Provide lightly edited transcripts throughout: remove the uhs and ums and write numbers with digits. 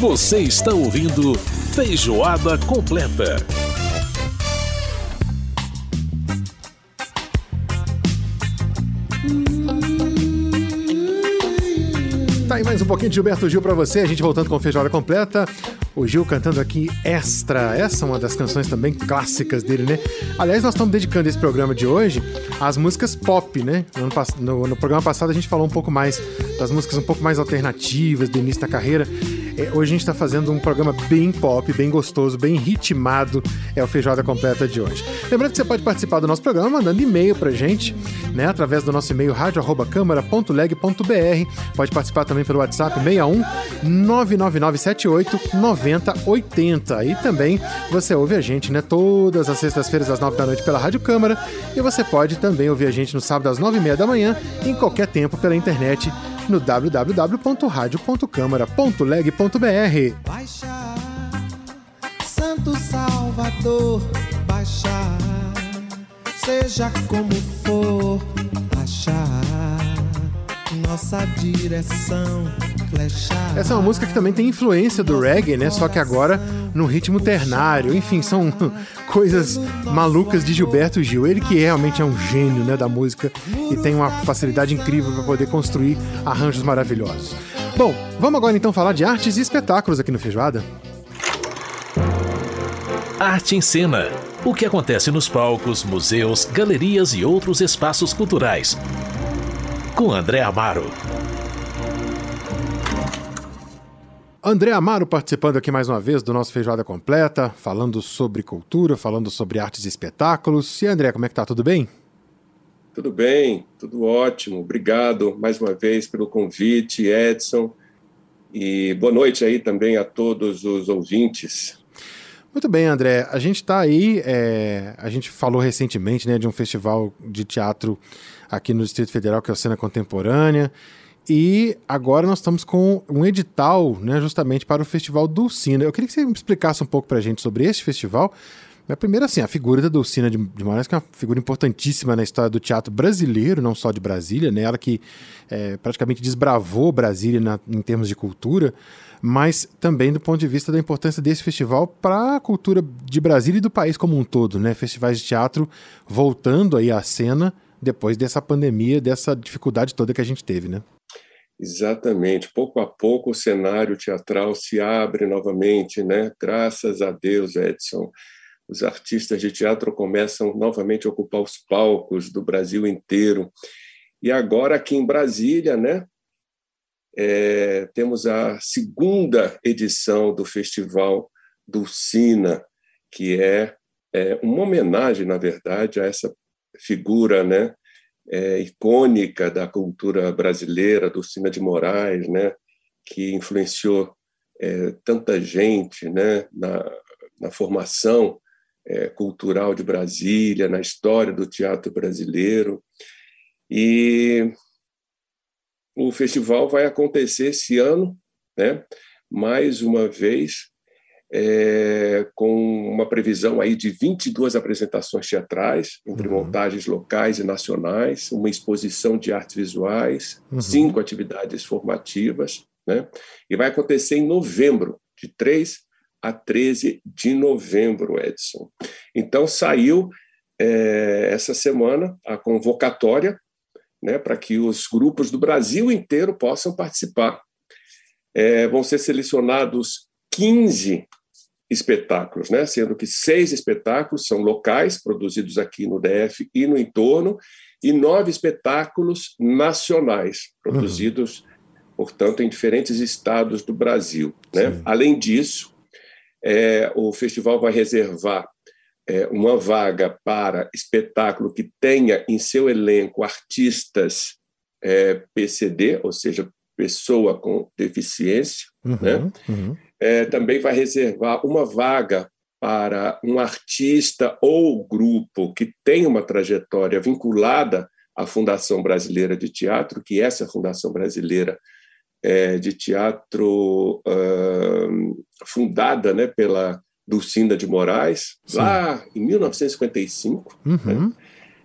Você está ouvindo Feijoada Completa. Tá aí mais um pouquinho de Gilberto Gil pra você, a gente voltando com Feijoada Completa. O Gil cantando aqui Extra, essa é uma das canções também clássicas dele, né? Aliás, nós estamos dedicando esse programa de hoje às músicas pop, né? No programa passado a gente falou um pouco mais das músicas um pouco mais alternativas do início da carreira. Hoje a gente está fazendo um programa bem pop, bem gostoso, bem ritmado, é o Feijoada Completa de hoje. Lembrando que você pode participar do nosso programa mandando e-mail pra gente, né? Através do nosso e-mail radio@câmara.leg.br. Pode participar também pelo WhatsApp 61 99978 9080. E também você ouve a gente, né? Todas as sextas-feiras às 9 da noite pela Rádio Câmara. E você pode também ouvir a gente no sábado às 9h30 da manhã, em qualquer tempo pela internet, no www.radio.câmara.leg.br. Baixar, Santo Salvador, baixar, seja como for, baixar, nossa direção, flechar. Essa é uma música que também tem influência do reggae, né? Só que agora no ritmo ternário. Enfim, são coisas malucas de Gilberto Gil. Ele que realmente é um gênio, né, da música e tem uma facilidade incrível para poder construir arranjos maravilhosos. Bom, vamos agora então falar de artes e espetáculos aqui no Feijoada. Arte em Cena. O que acontece nos palcos, museus, galerias e outros espaços culturais. Com André Amaro. André Amaro participando aqui mais uma vez do nosso Feijoada Completa, falando sobre cultura, falando sobre artes e espetáculos. E André, como é que tá? Tudo bem? Tudo bem, tudo ótimo. Obrigado mais uma vez pelo convite, Edson. E boa noite aí também a todos os ouvintes. Muito bem, André. A gente está aí, a gente falou recentemente, né, de um festival de teatro aqui no Distrito Federal, que é o Cena Contemporânea. E agora nós estamos com um edital, né, justamente para o Festival Dulcina. Eu queria que você me explicasse um pouco para a gente sobre esse festival. Mas primeiro, assim, a figura da Dulcina de Moraes, que é uma figura importantíssima na história do teatro brasileiro, não só de Brasília, né? Ela que praticamente desbravou Brasília em termos de cultura, mas também do ponto de vista da importância desse festival para a cultura de Brasília e do país como um todo, né? Festivais de teatro voltando aí à cena depois dessa pandemia, dessa dificuldade toda que a gente teve, né? Exatamente. Pouco a pouco o cenário teatral se abre novamente, né? Graças a Deus, Edson. Os artistas de teatro começam novamente a ocupar os palcos do Brasil inteiro. E agora aqui em Brasília, né? Temos a segunda edição do Festival Dulcina, que é uma homenagem, na verdade, a essa figura, né? Icônica da cultura brasileira, Dulcina de Moraes, né, que influenciou tanta gente, né, na formação cultural de Brasília, na história do teatro brasileiro. E o festival vai acontecer esse ano, né, mais uma vez, com uma previsão aí de 22 apresentações teatrais, entre montagens locais e nacionais, uma exposição de artes visuais, 5 atividades formativas, né? E vai acontecer em novembro, de 3 a 13 de novembro, Edson. Então, saiu essa semana a convocatória, né, para que os grupos do Brasil inteiro possam participar. Vão ser selecionados 15 espetáculos, né? Sendo que 6 espetáculos são locais, produzidos aqui no DF e no entorno, e 9 espetáculos nacionais, produzidos, portanto, em diferentes estados do Brasil, né? Além disso, o festival vai reservar uma vaga para espetáculo que tenha em seu elenco artistas PCD, ou seja, pessoa com deficiência, né? Também vai reservar uma vaga para um artista ou grupo que tem uma trajetória vinculada à Fundação Brasileira de Teatro, que essa Fundação Brasileira de Teatro fundada, né, pela Dulcina de Moraes, lá em 1955, né?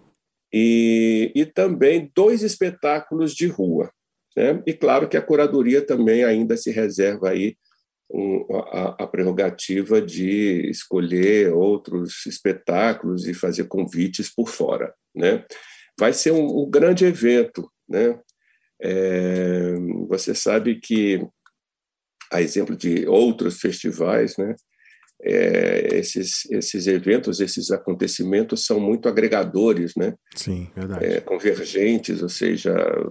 E também 2 espetáculos de rua, né? E claro que a curadoria também ainda se reserva aí a prerrogativa de escolher outros espetáculos e fazer convites por fora, né? Vai ser um grande evento, né? Você sabe que, a exemplo de outros festivais, né? Esses eventos, esses acontecimentos são muito agregadores, né? Sim, verdade. Convergentes, ou seja,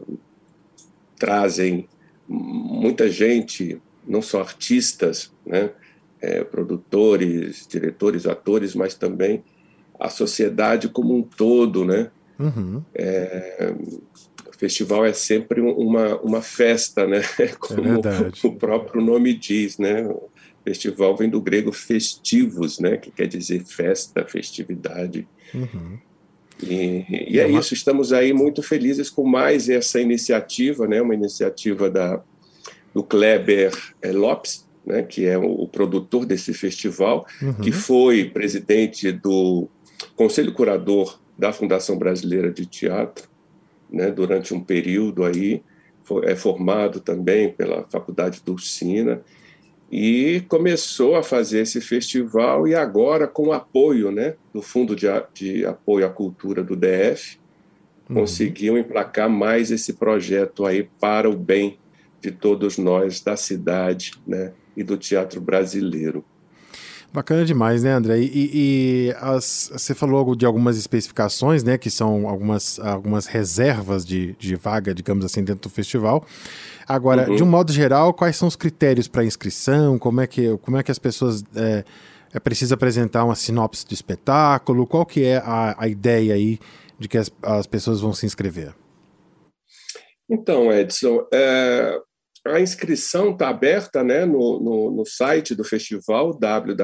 trazem muita gente, não só artistas, né? Produtores, diretores, atores, mas também a sociedade como um todo, né? Uhum. O festival é sempre uma festa, né? Como verdade. o próprio nome diz, né? O festival vem do grego festivus, né? Que quer dizer festa, festividade. Uhum. E é isso, estamos aí muito felizes com mais essa iniciativa, né? Uma iniciativa do Kleber Lopes, né? Que é o produtor desse festival, que foi presidente do Conselho Curador da Fundação Brasileira de Teatro, né? Durante um período aí, é formado também pela Faculdade do Ursina, e começou a fazer esse festival, e agora, com o apoio, né, do Fundo de Apoio à Cultura do DF, conseguiu emplacar mais esse projeto aí para o bem de todos nós da cidade, né, e do teatro brasileiro. Bacana demais, né, André? Você falou de algumas especificações, né, que são algumas reservas de vaga, digamos assim, dentro do festival. Agora, de um modo geral, quais são os critérios para inscrição? Como é que as pessoas precisam apresentar uma sinopse do espetáculo? Qual que é a ideia aí de que as pessoas vão se inscrever? Então, Edson, a inscrição está aberta, né, no site do festival,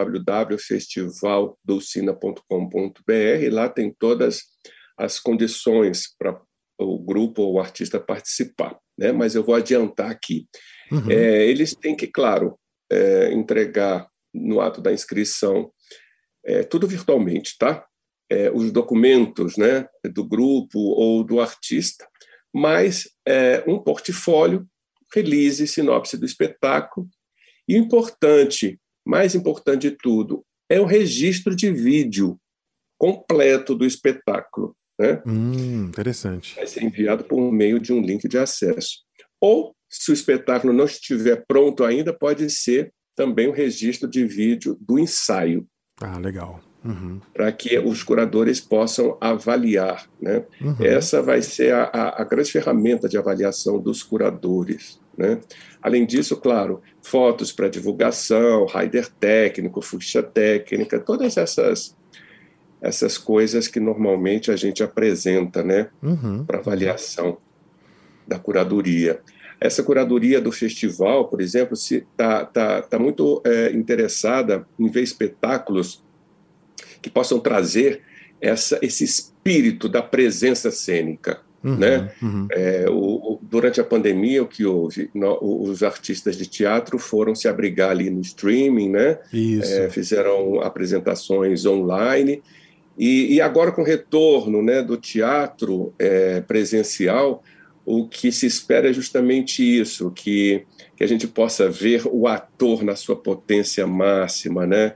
www.festivaldulcina.com.br. Lá tem todas as condições para o grupo ou o artista participar, né? Mas eu vou adiantar aqui. Eles têm que, claro, entregar no ato da inscrição tudo virtualmente, tá? Os documentos, né, do grupo ou do artista, mas um portfólio, release, sinopse do espetáculo. E o importante, mais importante de tudo, é o registro de vídeo completo do espetáculo, né? Interessante. Vai ser enviado por meio de um link de acesso. Ou, se o espetáculo não estiver pronto ainda, pode ser também o registro de vídeo do ensaio. Ah, legal. Para que os curadores possam avaliar, né? Essa vai ser a grande ferramenta de avaliação dos curadores, né? Além disso, claro, fotos para divulgação, rider técnico, ficha técnica, todas essas coisas que normalmente a gente apresenta, né, para avaliação da curadoria. Essa curadoria do festival, por exemplo, está muito interessada em ver espetáculos que possam trazer esse espírito da presença cênica, né? Durante a pandemia, o que houve? Os artistas de teatro foram se abrigar ali no streaming, né? Fizeram apresentações online, e agora, com o retorno, né, do teatro presencial, o que se espera é justamente isso, que a gente possa ver o ator na sua potência máxima, né?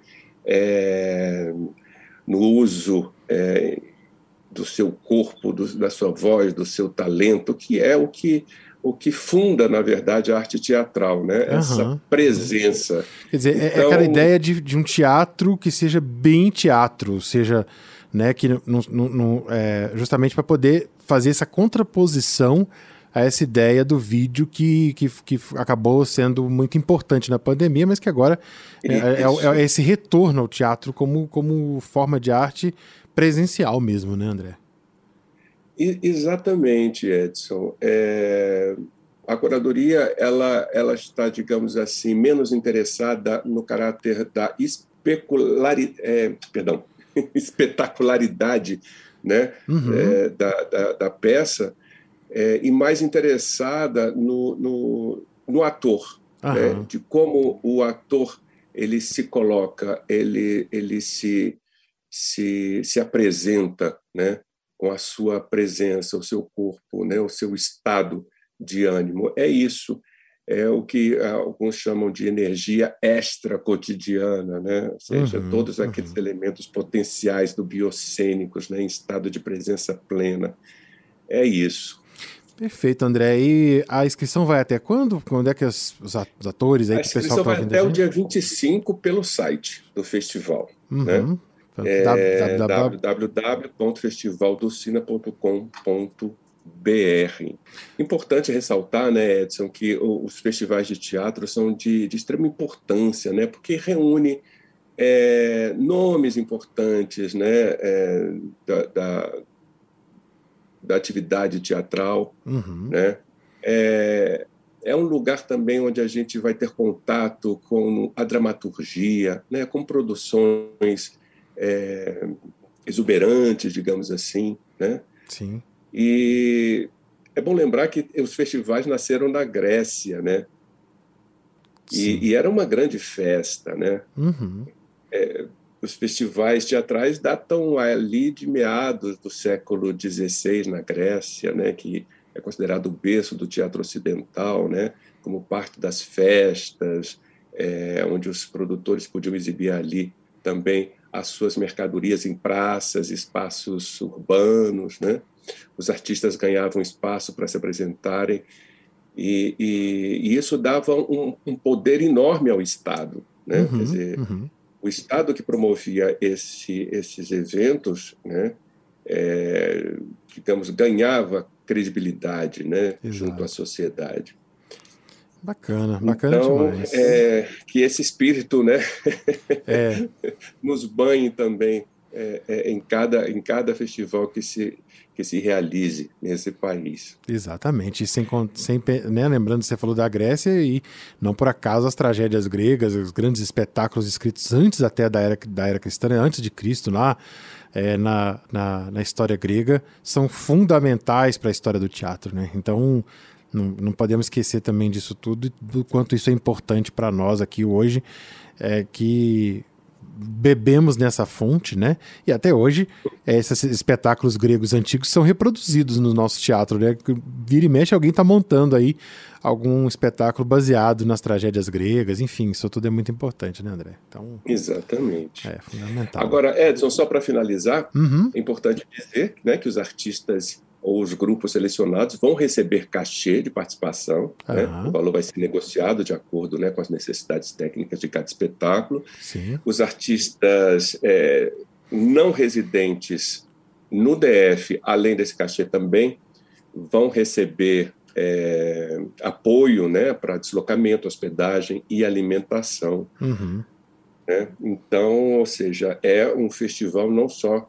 No uso do seu corpo, da sua voz, do seu talento, que é o que funda, na verdade, a arte teatral, né? Essa presença. Quer dizer, então, é aquela ideia de um teatro que seja bem teatro, seja, né, que justamente para poder fazer essa contraposição a essa ideia do vídeo que acabou sendo muito importante na pandemia, mas que agora é esse retorno ao teatro como forma de arte presencial mesmo, né, André? Exatamente, Edson. A curadoria ela está, digamos assim, menos interessada no caráter da espetacularidade, né, da peça, e mais interessada no ator, né, de como o ator ele se coloca, ele se apresenta, né, com a sua presença, o seu corpo, né, o seu estado de ânimo. É isso. é o que alguns chamam de energia extra-cotidiana, né? Ou seja, todos aqueles elementos potenciais do biocênicos, né? Em estado de presença plena. É isso. Perfeito, André. E a inscrição vai até quando? Quando é que os atores aí, a inscrição vai até o dia 25 pelo site do festival, né? www.festivaldocina.com.br. Importante ressaltar, né, Edson, que os festivais de teatro são de extrema importância, né, porque reúne nomes importantes, né, da atividade teatral, né? É um lugar também onde a gente vai ter contato com a dramaturgia, né, com produções exuberantes, digamos assim, né? Sim. E é bom lembrar que os festivais nasceram na Grécia, né? E era uma grande festa, né? Os festivais teatrais datam ali de meados do século XVI na Grécia, né? Que é considerado o berço do teatro ocidental, né? Como parte das festas, onde os produtores podiam exibir ali também as suas mercadorias em praças, espaços urbanos, né? Os artistas ganhavam espaço para se apresentarem e isso dava um poder enorme ao Estado, né? Quer dizer, o Estado que promovia esses eventos, né? Digamos, ganhava credibilidade, né? Junto à sociedade. Bacana então, demais. Que esse espírito, né? nos banhe também em cada festival que se realize nesse país. Exatamente. E né, lembrando que você falou da Grécia, e não por acaso as tragédias gregas, os grandes espetáculos escritos antes até da era cristã, antes de Cristo, lá na história grega, são fundamentais para a história do teatro, né? Então, não podemos esquecer também disso tudo, do quanto isso é importante para nós aqui hoje, que bebemos nessa fonte, né? E até hoje, esses espetáculos gregos antigos são reproduzidos no nosso teatro, né? Vira e mexe, alguém está montando aí algum espetáculo baseado nas tragédias gregas, enfim, isso tudo é muito importante, né, André? Então, exatamente. É fundamental. Agora, Edson, só para finalizar, é importante dizer, né, que os artistas ou os grupos selecionados vão receber cachê de participação, né? O valor vai ser negociado de acordo, né, com as necessidades técnicas de cada espetáculo. Sim. Os artistas não residentes no DF, além desse cachê, também vão receber apoio, né, para deslocamento, hospedagem e alimentação. Né? Então, ou seja, é um festival não só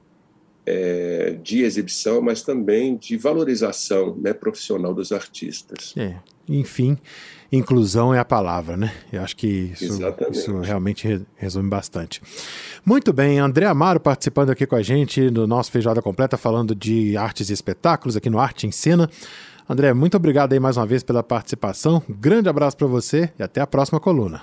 de exibição, mas também de valorização, né, profissional dos artistas. Enfim, inclusão é a palavra, né? Eu acho que isso realmente resume bastante. Muito bem, André Amaro participando aqui com a gente no nosso Feijoada Completa, falando de artes e espetáculos aqui no Arte em Cena. André, muito obrigado aí mais uma vez pela participação. Grande abraço para você e até a próxima coluna.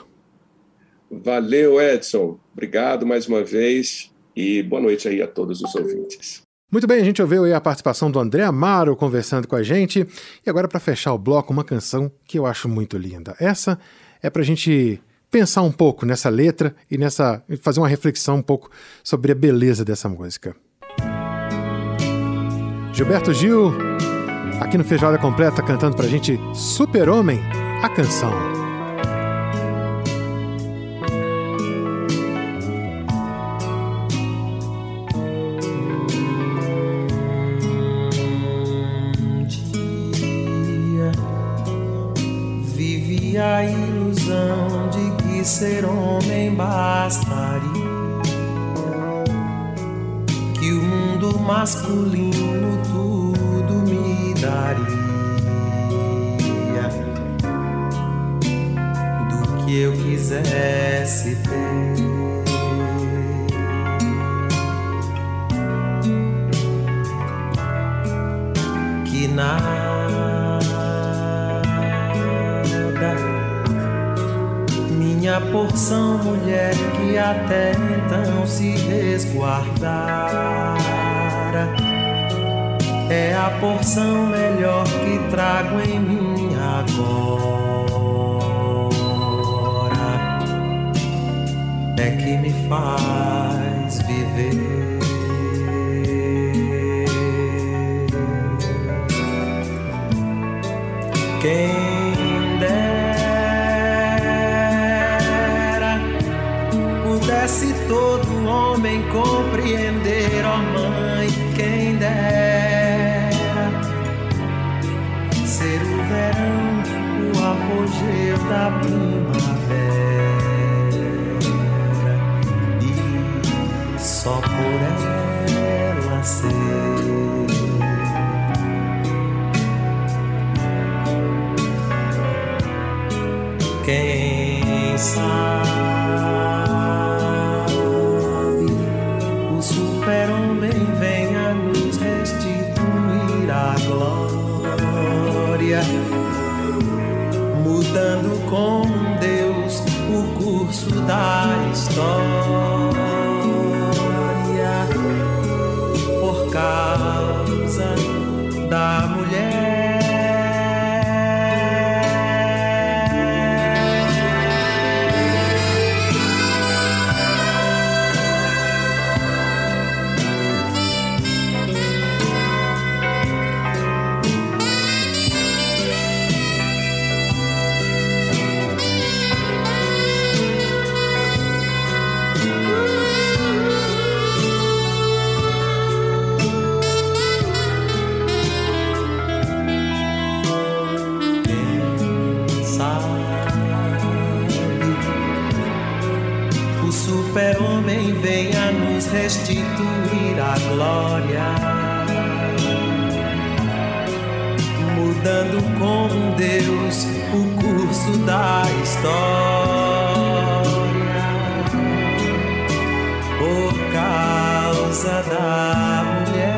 Valeu, Edson. Obrigado mais uma vez. E boa noite aí a todos os ouvintes. Muito bem, a gente ouviu aí a participação do André Amaro conversando com a gente. E agora, para fechar o bloco, uma canção que eu acho muito linda. Essa é para a gente pensar um pouco nessa letra e fazer uma reflexão um pouco sobre a beleza dessa música. Gilberto Gil, aqui no Feijoada Completa, cantando pra gente Super-Homem, a canção. A ilusão de que ser homem bastaria, que o mundo masculino tudo me daria, do que eu quisesse ter. Que nada minha porção, mulher, que até então se resguardara, é a porção melhor que trago em mim agora. é que me faz viver. Quem dera pudesse todo homem compreender, ó mãe, quem dera ser o verão, o apogeu da primavera e só por ela ser. Quem sabe o super-homem venha nos restituir a glória, mudando com Deus o curso da história, por causa da mulher. Super-homem venha nos restituir a glória, mudando com Deus o curso da história, por causa da mulher.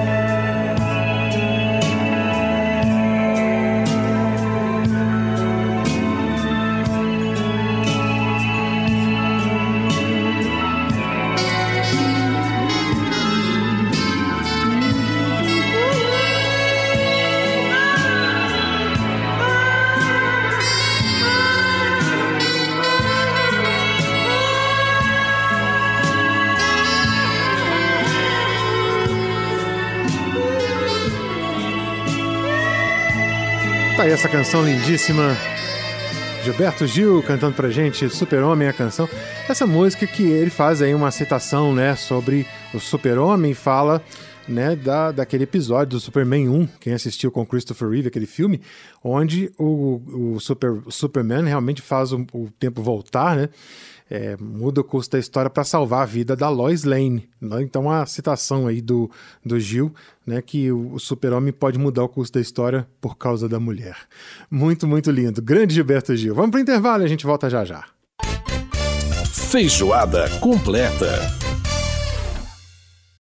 Tá aí essa canção lindíssima, Gilberto Gil cantando pra gente Super-Homem, a canção. Essa música que ele faz aí uma citação, né, sobre o Super-Homem, fala, né, daquele episódio do Superman 1, quem assistiu com Christopher Reeve, aquele filme, onde o Superman realmente faz o tempo voltar, né, muda o curso da história para salvar a vida da Lois Lane, né? Então a citação aí do Gil, né, que o Super-Homem pode mudar o curso da história por causa da mulher. Muito, muito lindo. Grande Gilberto Gil. Vamos pro intervalo e a gente volta já já. Feijoada completa.